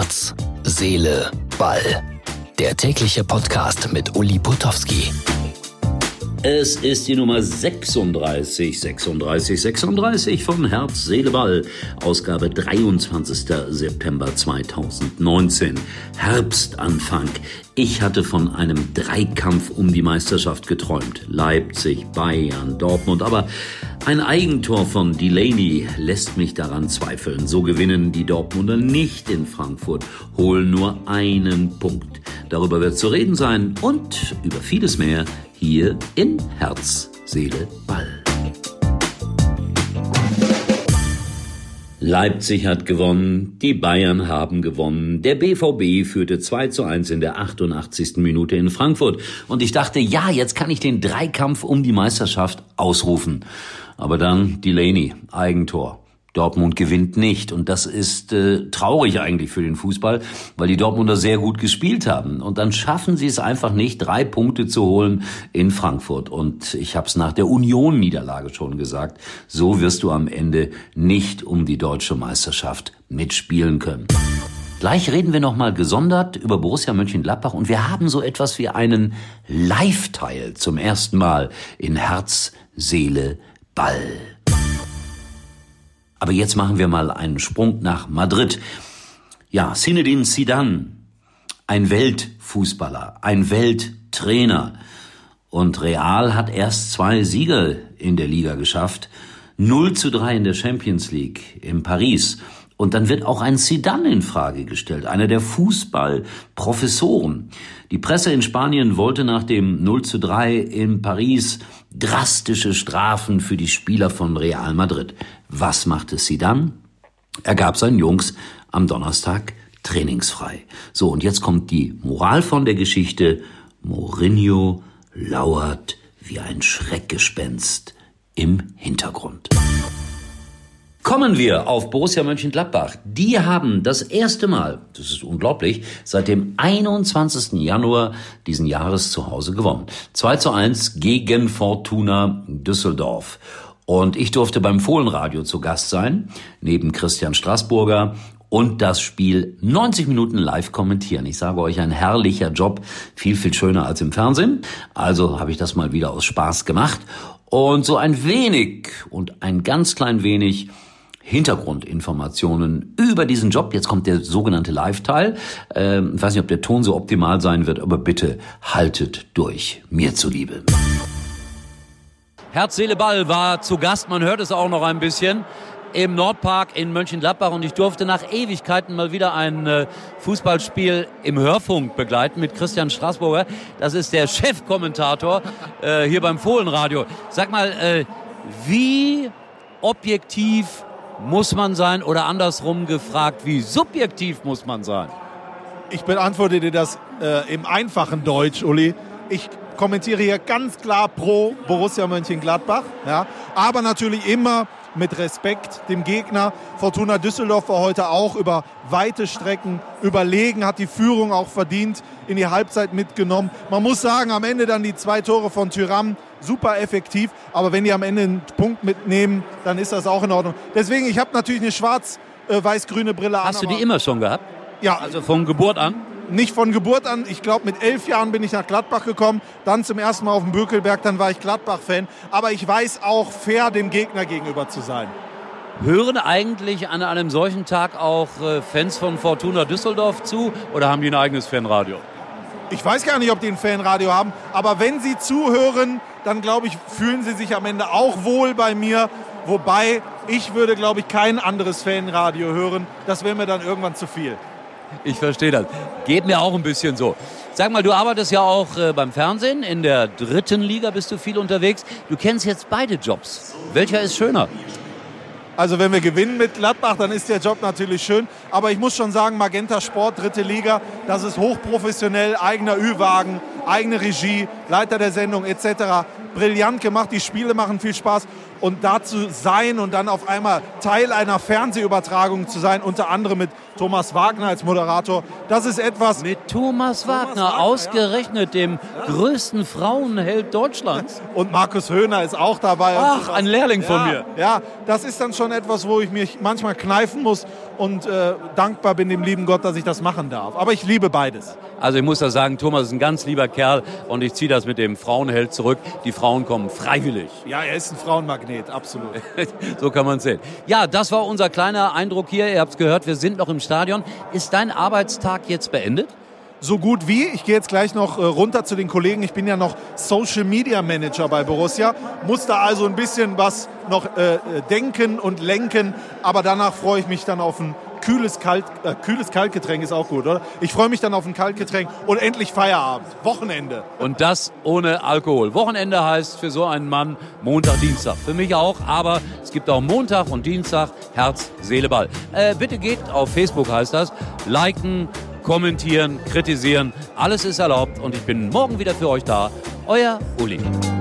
Herz, Seele, Ball. Der tägliche Podcast mit Uli Putowski. Es ist die Nummer 36 von Herz, Seele, Ball. Ausgabe 23. September 2019. Herbstanfang. Ich hatte von einem Dreikampf um die Meisterschaft geträumt. Leipzig, Bayern, Dortmund. Aber ein Eigentor von Delaney lässt mich daran zweifeln. So gewinnen die Dortmunder nicht in Frankfurt, holen nur einen Punkt. Darüber wird zu reden sein und über vieles mehr hier in Herz, Seele, Ball. Leipzig hat gewonnen, die Bayern haben gewonnen, der BVB führte 2:1 in der 88. Minute in Frankfurt. Und ich dachte, ja, jetzt kann ich den Dreikampf um die Meisterschaft ausrufen. Aber dann Delaney, Eigentor. Dortmund gewinnt nicht und das ist traurig eigentlich für den Fußball, weil die Dortmunder sehr gut gespielt haben und dann schaffen sie es einfach nicht, 3 Punkte zu holen in Frankfurt und ich habe es nach der Union-Niederlage schon gesagt, so wirst du am Ende nicht um die deutsche Meisterschaft mitspielen können. Gleich reden wir nochmal gesondert über Borussia Mönchengladbach und wir haben so etwas wie einen Live-Teil zum ersten Mal in Herz, Seele, Ball. Aber jetzt machen wir mal einen Sprung nach Madrid. Ja, Zinedine Zidane, ein Weltfußballer, ein Welttrainer. Und Real hat erst 2 Siege in der Liga geschafft. 0:3 in der Champions League in Paris. Und dann wird auch ein Zidane in Frage gestellt, einer der Fußballprofessoren. Die Presse in Spanien wollte nach dem 0:3 in Paris drastische Strafen für die Spieler von Real Madrid. Was machte Zidane? Er gab seinen Jungs am Donnerstag trainingsfrei. So, und jetzt kommt die Moral von der Geschichte. Mourinho lauert wie ein Schreckgespenst im Hintergrund. Kommen wir auf Borussia Mönchengladbach. Die haben das erste Mal, das ist unglaublich, seit dem 21. Januar diesen Jahres zu Hause gewonnen. 2:1 gegen Fortuna Düsseldorf. Und ich durfte beim Fohlenradio zu Gast sein, neben Christian Straßburger, und das Spiel 90 Minuten live kommentieren. Ich sage euch, ein herrlicher Job, viel, viel schöner als im Fernsehen. Also habe ich das mal wieder aus Spaß gemacht. Und so ein wenig und ein ganz klein wenig Hintergrundinformationen über diesen Job. Jetzt kommt der sogenannte Live-Teil. Ich weiß nicht, ob der Ton so optimal sein wird, aber bitte haltet durch, mir zuliebe. Herz, Seele, Ball war zu Gast, man hört es auch noch ein bisschen, im Nordpark in Mönchengladbach und ich durfte nach Ewigkeiten mal wieder ein Fußballspiel im Hörfunk begleiten mit Christian Straßburger. Das ist der Chefkommentator hier beim Fohlenradio. Sag mal, wie objektiv muss man sein oder andersrum gefragt, wie subjektiv muss man sein? Ich beantworte dir das im einfachen Deutsch, Uli. Ich kommentiere hier ganz klar pro Borussia Mönchengladbach, ja, aber natürlich immer mit Respekt dem Gegner. Fortuna Düsseldorf war heute auch über weite Strecken überlegen, hat die Führung auch verdient, in die Halbzeit mitgenommen. Man muss sagen, am Ende dann die 2 Tore von Thuram, super effektiv, aber wenn die am Ende einen Punkt mitnehmen, dann ist das auch in Ordnung. Deswegen, ich habe natürlich eine schwarz-weiß-grüne Brille an. Hast du die immer schon gehabt? Ja. Also von Geburt an? Nicht von Geburt an. Ich glaube, mit 11 Jahren bin ich nach Gladbach gekommen. Dann zum ersten Mal auf dem Bökelberg. Dann war ich Gladbach-Fan. Aber ich weiß auch, fair dem Gegner gegenüber zu sein. Hören eigentlich an einem solchen Tag auch Fans von Fortuna Düsseldorf zu? Oder haben die ein eigenes Fanradio? Ich weiß gar nicht, ob die ein Fanradio haben. Aber wenn sie zuhören, dann, glaube ich, fühlen sie sich am Ende auch wohl bei mir. Wobei, ich würde, glaube ich, kein anderes Fanradio hören. Das wäre mir dann irgendwann zu viel. Ich verstehe das. Geht mir auch ein bisschen so. Sag mal, du arbeitest ja auch beim Fernsehen. In der 3. Liga bist du viel unterwegs. Du kennst jetzt beide Jobs. Welcher ist schöner? Also wenn wir gewinnen mit Gladbach, dann ist der Job natürlich schön. Aber ich muss schon sagen, Magenta Sport, 3. Liga, das ist hochprofessionell, eigener Ü-Wagen, eigene Regie, Leiter der Sendung etc. Brillant gemacht, die Spiele machen viel Spaß. und da zu sein und dann auf einmal Teil einer Fernsehübertragung zu sein, unter anderem mit Thomas Wagner als Moderator, das ist etwas... Mit Thomas Wagner, ausgerechnet dem größten Frauenheld Deutschlands. Und Markus Höhner ist auch dabei. Ach, ein Lehrling von mir. Ja, das ist dann schon etwas, wo ich mich manchmal kneifen muss und dankbar bin dem lieben Gott, dass ich das machen darf. Aber ich liebe beides. Also ich muss da sagen, Thomas ist ein ganz lieber Kerl und ich ziehe das mit dem Frauenheld zurück. Die Frauen kommen freiwillig. Ja, er ist ein Frauenmagnet, absolut. So kann man es sehen. Ja, das war unser kleiner Eindruck hier. Ihr habt es gehört, wir sind noch im Stadion. Ist dein Arbeitstag jetzt beendet? So gut wie. Ich gehe jetzt gleich noch runter zu den Kollegen. Ich bin ja noch Social Media Manager bei Borussia. Muss da also ein bisschen was noch denken und lenken. Aber danach freue ich mich dann auf ein kühles Kaltgetränk ist auch gut, oder? Ich freue mich dann auf ein Kaltgetränk und endlich Feierabend. Wochenende. Und das ohne Alkohol. Wochenende heißt für so einen Mann Montag, Dienstag. Für mich auch, aber es gibt auch Montag und Dienstag Herz, Seele, Ball. Bitte geht auf Facebook, heißt das. Liken, kommentieren, kritisieren. Alles ist erlaubt und ich bin morgen wieder für euch da. Euer Uli.